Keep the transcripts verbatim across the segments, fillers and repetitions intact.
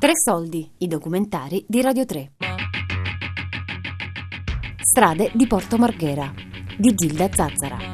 Tre soldi, i documentari di Radio tre. Strade di Porto Marghera di Gilda Zazzara.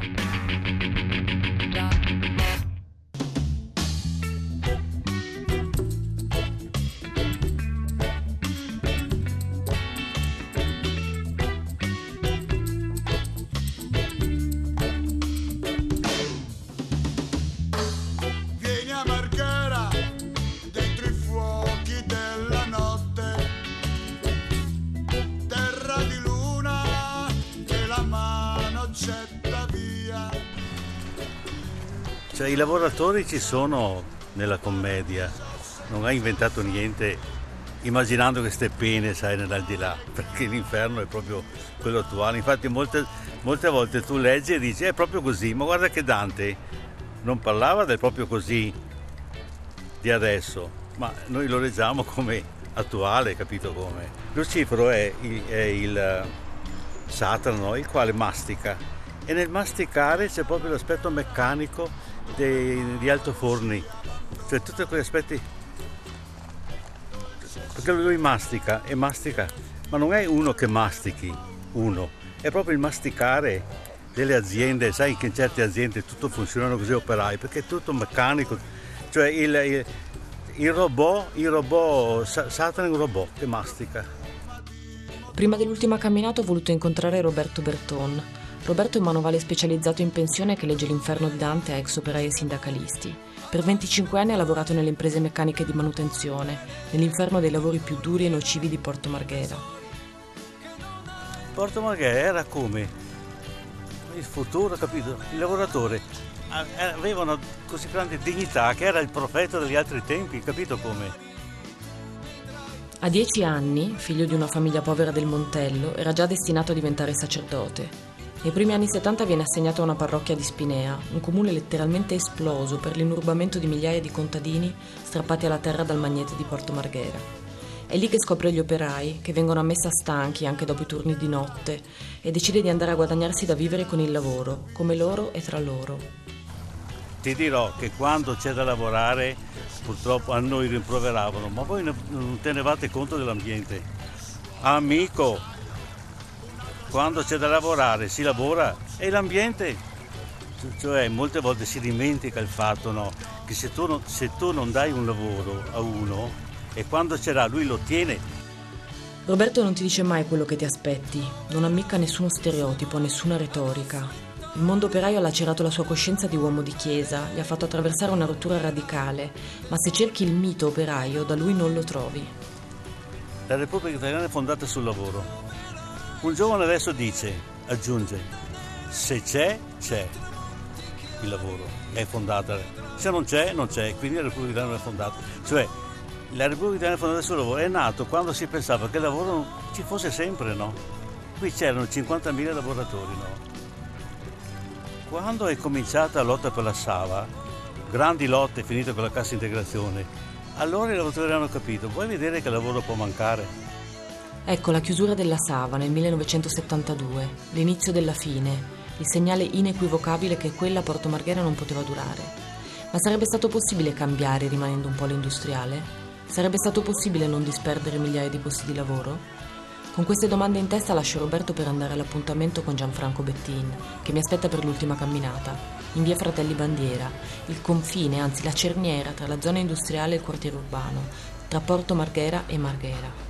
Cioè, i lavoratori ci sono nella commedia, non ha inventato niente immaginando queste pene, sai, nell'aldilà, perché l'inferno è proprio quello attuale. Infatti molte, molte volte tu leggi e dici è proprio così, ma guarda che Dante non parlava del proprio così di adesso, ma noi lo leggiamo come attuale, capito come? Lucifero è il, è il Satana, no? Il quale mastica, e nel masticare c'è proprio l'aspetto meccanico dei, di altoforni, cioè tutti quegli aspetti, perché lui mastica e mastica, ma non è uno che mastichi, uno, è proprio il masticare delle aziende. Sai che in certe aziende tutto funzionano così, operai, perché è tutto meccanico, cioè il, il, il robot, il robot, Satana è un robot che mastica. Prima dell'ultima camminata ho voluto incontrare Roberto Berton. Roberto è un manovale specializzato in pensione che legge l'Inferno di Dante a ex operai e sindacalisti. Per venticinque anni ha lavorato nelle imprese meccaniche di manutenzione, nell'inferno dei lavori più duri e nocivi di Porto Marghera. Porto Marghera era come il futuro, capito? Il lavoratore aveva una così grande dignità che era il profeta degli altri tempi, capito come? A dieci anni, figlio di una famiglia povera del Montello, era già destinato a diventare sacerdote. Nei primi anni settanta viene assegnato a una parrocchia di Spinea, un comune letteralmente esploso per l'inurbamento di migliaia di contadini strappati alla terra dal magnete di Porto Marghera. È lì che scopre gli operai, che vengono a messa stanchi anche dopo i turni di notte, e decide di andare a guadagnarsi da vivere con il lavoro, come loro e tra loro. Ti dirò che quando c'è da lavorare, purtroppo a noi rimproveravano, ma voi non tenevate conto dell'ambiente. Amico! Quando c'è da lavorare si lavora e l'ambiente, cioè molte volte si dimentica il fatto, no, che se tu, non, se tu non dai un lavoro a uno e quando ce l'ha lui lo tiene. Roberto non ti dice mai quello che ti aspetti, non ammicca nessuno stereotipo, nessuna retorica. Il mondo operaio ha lacerato la sua coscienza di uomo di chiesa, gli ha fatto attraversare una rottura radicale, ma se cerchi il mito operaio da lui non lo trovi. La Repubblica Italiana è fondata sul lavoro. Un giovane adesso dice, aggiunge, se c'è, c'è il lavoro, è fondata. Se non c'è, non c'è, quindi la Repubblica Italiana non è fondata. Cioè, la Repubblica Italiana è fondata sul lavoro, è nato quando si pensava che il lavoro ci fosse sempre, no? Qui c'erano cinquantamila lavoratori, no? Quando è cominciata la lotta per la Sava, grandi lotte finite con la cassa integrazione, allora i lavoratori hanno capito, vuoi vedere che lavoro può mancare? Ecco la chiusura della Sava nel millenovecentosettantadue, l'inizio della fine, il segnale inequivocabile che quella a Porto Marghera non poteva durare. Ma sarebbe stato possibile cambiare rimanendo un polo industriale? Sarebbe stato possibile non disperdere migliaia di posti di lavoro? Con queste domande in testa lascio Roberto per andare all'appuntamento con Gianfranco Bettin, che mi aspetta per l'ultima camminata, in via Fratelli Bandiera, il confine, anzi la cerniera tra la zona industriale e il quartiere urbano, tra Porto Marghera e Marghera.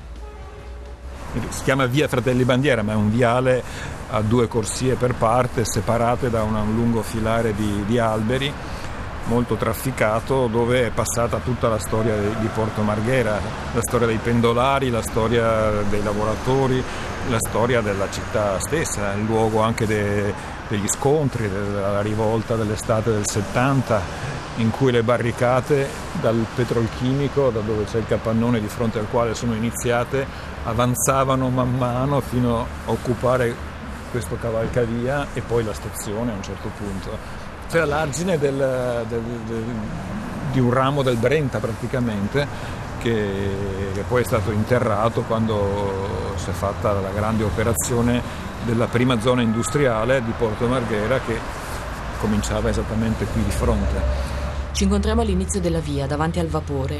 Si chiama via Fratelli Bandiera, ma è un viale a due corsie per parte, separate da un lungo filare di, di alberi, molto trafficato, dove è passata tutta la storia di Porto Marghera, la storia dei pendolari, la storia dei lavoratori, la storia della città stessa, il luogo anche de, degli scontri, della rivolta dell'estate del settanta, in cui le barricate dal petrolchimico, da dove c'è il capannone di fronte al quale sono iniziate, avanzavano man mano fino a occupare questo cavalcavia e poi la stazione a un certo punto. C'era l'argine del, del, del, di un ramo del Brenta praticamente, che, che poi è stato interrato quando si è fatta la grande operazione della prima zona industriale di Porto Marghera, che cominciava esattamente qui di fronte. Ci incontriamo all'inizio della via, davanti al vapore.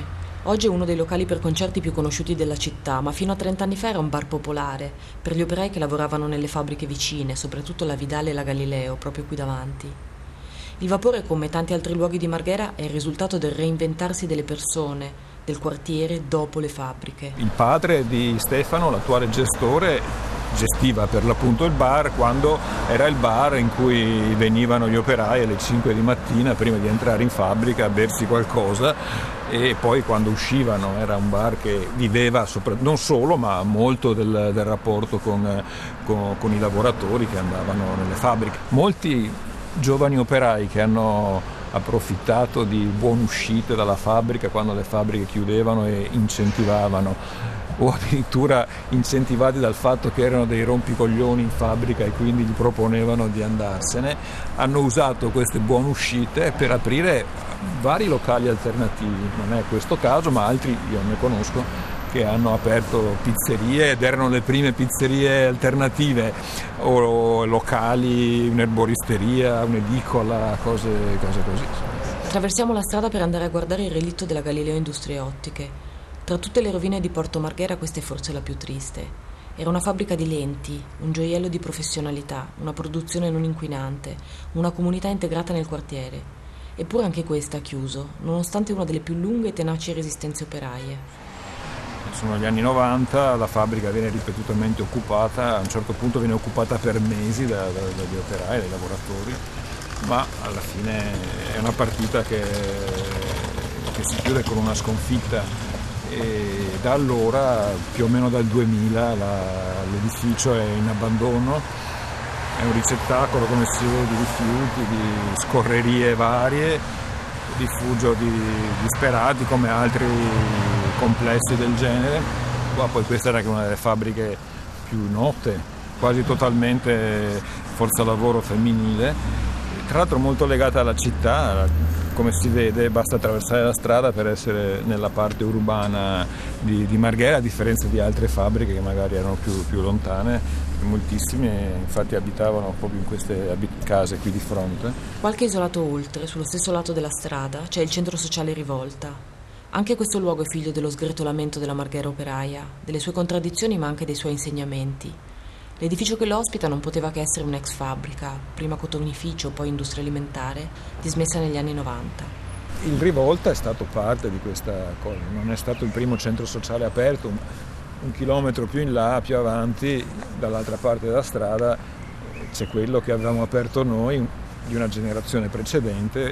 Oggi è uno dei locali per concerti più conosciuti della città, ma fino a trenta anni fa era un bar popolare per gli operai che lavoravano nelle fabbriche vicine, soprattutto la Vidale e la Galileo, proprio qui davanti. Il vapore, come tanti altri luoghi di Marghera, è il risultato del reinventarsi delle persone, del quartiere dopo le fabbriche. Il padre di Stefano, l'attuale gestore, gestiva per l'appunto il bar quando era il bar in cui venivano gli operai alle cinque di mattina prima di entrare in fabbrica a bersi qualcosa, e poi quando uscivano era un bar che viveva sopra, non solo ma molto del, del rapporto con, con, con i lavoratori che andavano nelle fabbriche. Molti giovani operai che hanno approfittato di buone uscite dalla fabbrica quando le fabbriche chiudevano e incentivavano, o addirittura incentivati dal fatto che erano dei rompicoglioni in fabbrica e quindi gli proponevano di andarsene, hanno usato queste buone uscite per aprire vari locali alternativi. Non è questo caso, ma altri io ne conosco che hanno aperto pizzerie ed erano le prime pizzerie alternative, o locali, un'erboristeria, un'edicola, cose, cose così. Attraversiamo la strada per andare a guardare il relitto della Galileo Industrie Ottiche. Tra tutte le rovine di Porto Marghera questa è forse la più triste. Era una fabbrica di lenti, un gioiello di professionalità, una produzione non inquinante, una comunità integrata nel quartiere. Eppure anche questa ha chiuso, nonostante una delle più lunghe e tenaci resistenze operaie. Sono gli anni novanta, la fabbrica viene ripetutamente occupata, a un certo punto viene occupata per mesi da, da, dagli operai, dai lavoratori, ma alla fine è una partita che, che si chiude con una sconfitta. E da allora, più o meno dal duemila, la, l'edificio è in abbandono, è un ricettacolo, come si vede, di rifiuti, di scorrerie varie, rifugio di disperati come altri complessi del genere. Ma poi questa era anche una delle fabbriche più note, quasi totalmente forza lavoro femminile, tra l'altro molto legata alla città. Come si vede, basta attraversare la strada per essere nella parte urbana di, di Marghera, a differenza di altre fabbriche che magari erano più, più lontane. Moltissime infatti abitavano proprio in queste case qui di fronte. Qualche isolato oltre, sullo stesso lato della strada, c'è il centro sociale Rivolta. Anche questo luogo è figlio dello sgretolamento della Marghera operaia, delle sue contraddizioni ma anche dei suoi insegnamenti. L'edificio che lo ospita non poteva che essere un'ex fabbrica, prima cotonificio, poi industria alimentare, dismessa negli anni novanta. Il Rivolta è stato parte di questa cosa, non è stato il primo centro sociale aperto. Un, un chilometro più in là, più avanti, dall'altra parte della strada, c'è quello che avevamo aperto noi, di una generazione precedente,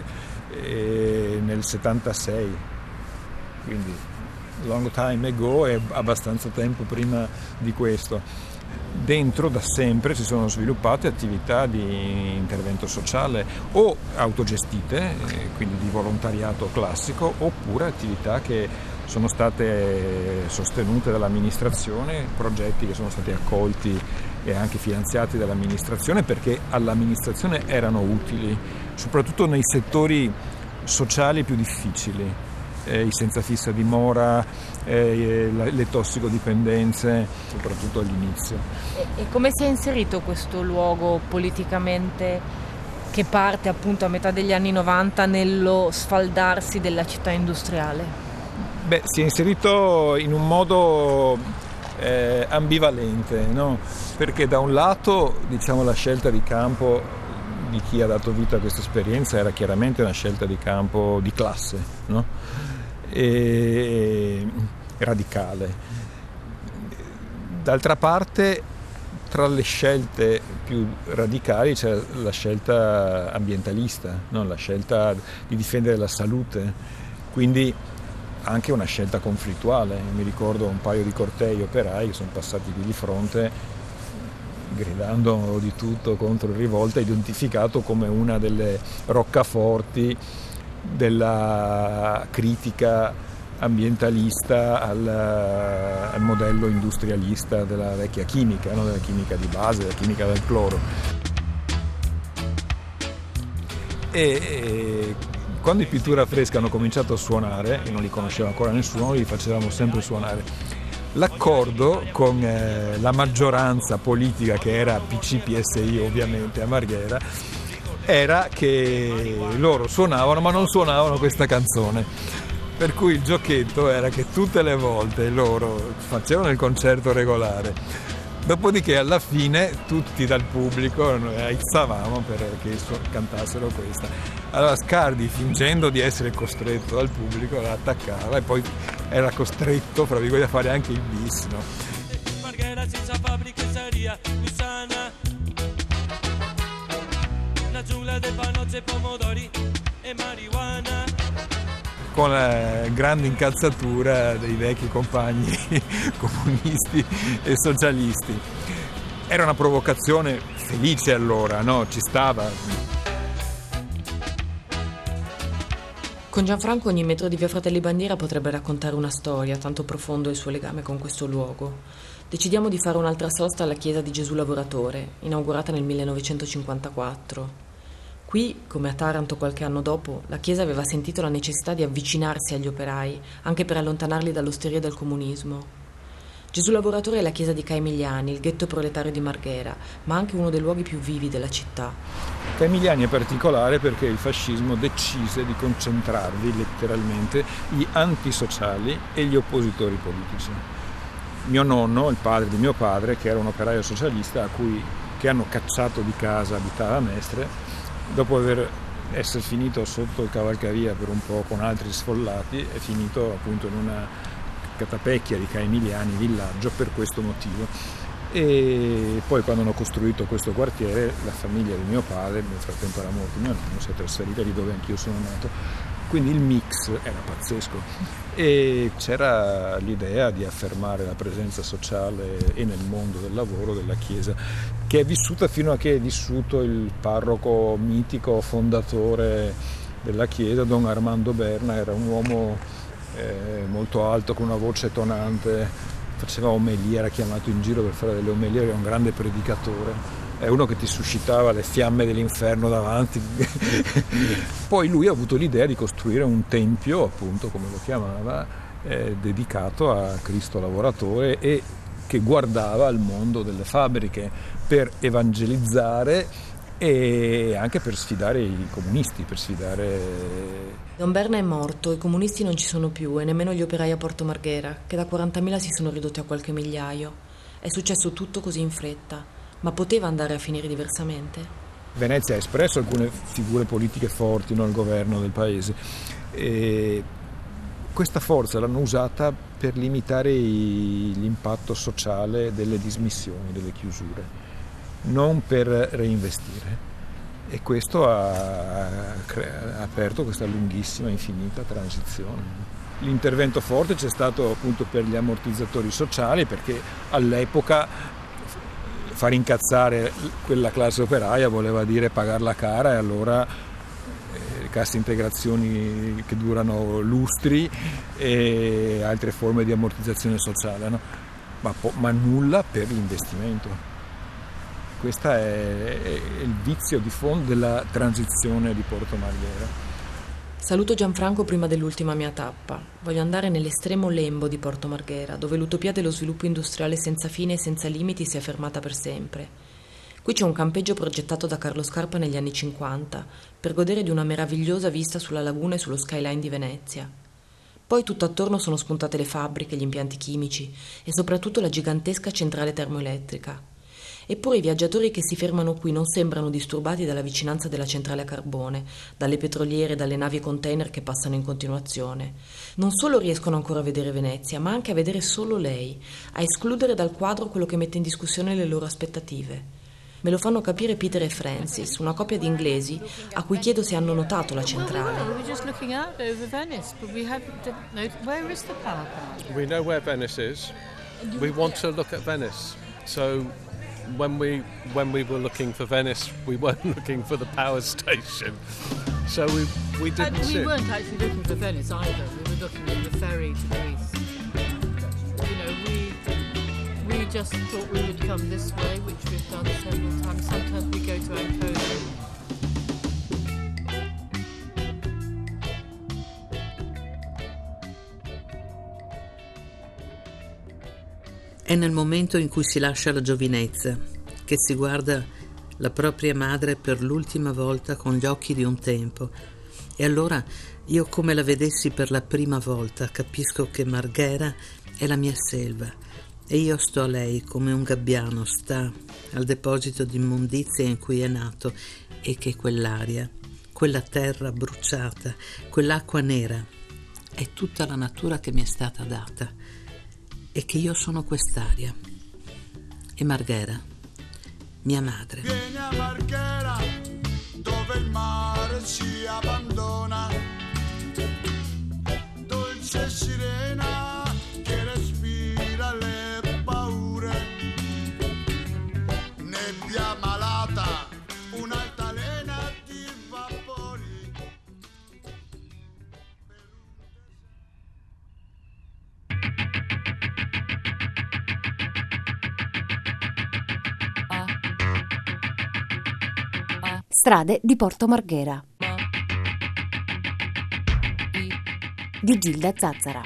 e nel settantasei, quindi long time ago, e abbastanza tempo prima di questo. Dentro da sempre si sono sviluppate attività di intervento sociale o autogestite, quindi di volontariato classico, oppure attività che sono state sostenute dall'amministrazione, progetti che sono stati accolti e anche finanziati dall'amministrazione perché all'amministrazione erano utili, soprattutto nei settori sociali più difficili. Eh, i senza fissa dimora, eh, le tossicodipendenze, soprattutto all'inizio. E, e come si è inserito questo luogo politicamente, che parte appunto a metà degli anni novanta, nello sfaldarsi della città industriale? Beh, si è inserito in un modo eh, ambivalente, no? Perché da un lato, diciamo, la scelta di campo di chi ha dato vita a questa esperienza era chiaramente una scelta di campo di classe, no? E radicale. D'altra parte, tra le scelte più radicali c'è la scelta ambientalista, no? La scelta di difendere la salute, quindi anche una scelta conflittuale. Mi ricordo un paio di cortei operai che sono passati qui di fronte gridando di tutto contro il Rivolta, identificato come una delle roccaforti della critica ambientalista al, al modello industrialista della vecchia chimica, no? Della chimica di base, della chimica del cloro. E, e quando i Pittura Fresca hanno cominciato a suonare, e non li conosceva ancora nessuno, li facevamo sempre suonare. L'accordo con eh, la maggioranza politica, che era P C P S I ovviamente a Marghera, era che loro suonavano ma non suonavano questa canzone, Per cui il giochetto era che tutte le volte loro facevano il concerto regolare, dopodiché alla fine tutti dal pubblico noi aizzavamo perché cantassero questa. Allora Scardi, fingendo di essere costretto dal pubblico, la attaccava e poi era costretto, fra virgolette, a fare anche il bis, no? Marghera senza fabbriche saria più sana, una giungla di panozze, pomodori e marijuana, con la grande incazzatura dei vecchi compagni comunisti e socialisti. Era una provocazione felice allora, no? Ci stava. Con Gianfranco ogni metro di via Fratelli Bandiera potrebbe raccontare una storia, tanto profondo è il suo legame con questo luogo. Decidiamo di fare un'altra sosta alla chiesa di Gesù Lavoratore, inaugurata nel millenovecentocinquantaquattro. Qui, come a Taranto qualche anno dopo, la Chiesa aveva sentito la necessità di avvicinarsi agli operai, anche per allontanarli dall'osteria del comunismo. Gesù Lavoratore è la chiesa di Caimigliani, il ghetto proletario di Marghera, ma anche uno dei luoghi più vivi della città. Caimigliani è particolare perché il fascismo decise di concentrarvi letteralmente gli antisociali e gli oppositori politici. Mio nonno, il padre di mio padre, che era un operaio socialista a cui, che hanno cacciato di casa, abitava a Mestre, dopo aver essere finito sotto il cavalcavia per un po' con altri sfollati, è finito appunto in una catapecchia di Caimigliani, villaggio, per questo motivo. E poi quando hanno costruito questo quartiere, la famiglia di mio padre, nel frattempo era morto mio nonno, si è trasferita lì dove anch'io sono nato. Quindi il mix era pazzesco e c'era l'idea di affermare la presenza sociale e nel mondo del lavoro della Chiesa, che è vissuta fino a che è vissuto il parroco mitico fondatore della Chiesa, Don Armando Berna. Era un uomo eh, molto alto, con una voce tonante, faceva omelie, era chiamato in giro per fare delle omelie, era un grande predicatore. È uno che ti suscitava le fiamme dell'inferno davanti. Poi lui ha avuto l'idea di costruire un tempio, appunto come lo chiamava, eh, dedicato a Cristo lavoratore e che guardava al mondo delle fabbriche per evangelizzare e anche per sfidare i comunisti, per sfidare... Don Berna è morto, i comunisti non ci sono più e nemmeno gli operai a Porto Marghera, che da quarantamila si sono ridotti a qualche migliaio. È successo tutto così in fretta. Ma poteva andare a finire diversamente? Venezia ha espresso alcune figure politiche forti nel governo del paese e questa forza l'hanno usata per limitare i, l'impatto sociale delle dismissioni, delle chiusure, non per reinvestire. E questo ha, ha aperto questa lunghissima, infinita transizione. L'intervento forte c'è stato appunto per gli ammortizzatori sociali, perché all'epoca far incazzare quella classe operaia voleva dire pagarla cara, e allora eh, casse integrazioni che durano lustri e altre forme di ammortizzazione sociale, no? ma, po- ma nulla per l'investimento. Questo è, è il vizio di fondo della transizione di Porto Marghera. Saluto Gianfranco prima dell'ultima mia tappa. Voglio andare nell'estremo lembo di Porto Marghera, dove l'utopia dello sviluppo industriale senza fine e senza limiti si è fermata per sempre. Qui c'è un campeggio progettato da Carlo Scarpa negli anni cinquanta, per godere di una meravigliosa vista sulla laguna e sullo skyline di Venezia. Poi tutto attorno sono spuntate le fabbriche, gli impianti chimici e soprattutto la gigantesca centrale termoelettrica. Eppure i viaggiatori che si fermano qui non sembrano disturbati dalla vicinanza della centrale a carbone, dalle petroliere, dalle navi e container che passano in continuazione. Non solo riescono ancora a vedere Venezia, ma anche a vedere solo lei, a escludere dal quadro quello che mette in discussione le loro aspettative. Me lo fanno capire Peter e Francis, una coppia di inglesi a cui chiedo se hanno notato la centrale. We know where Venice is. We want to look at Venice. So when we when we were looking for Venice, we weren't looking for the power station. So we we didn't and we see. weren't actually looking for Venice either. We were looking at the ferry to Greece. You know, we we just thought we would come this way, which we've done several times. Sometimes we go to Ancona. È nel momento in cui si lascia la giovinezza, che si guarda la propria madre per l'ultima volta con gli occhi di un tempo E allora io, come la vedessi per la prima volta, capisco che Marghera è la mia selva e io sto a lei come un gabbiano sta al deposito di immondizia in cui è nato, e che quell'aria, quella terra bruciata, quell'acqua nera è tutta la natura che mi è stata data e che io sono quest'aria. E Marghera, mia madre. Vieni a Marghera, dove il mare si abbandona, dolce sirena che respira le paure, nebbia malata, un'altalena di vapori. Strade di Porto Marghera di Gilda Zazzara.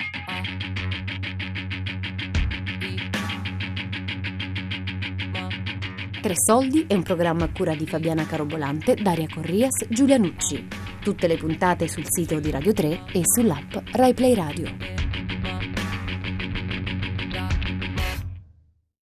Tre soldi è un programma a cura di Fabiana Carobolante, Daria Corrias, Giulia Nucci. Tutte le puntate sul sito di Radio tre e sull'app Rai Play Radio.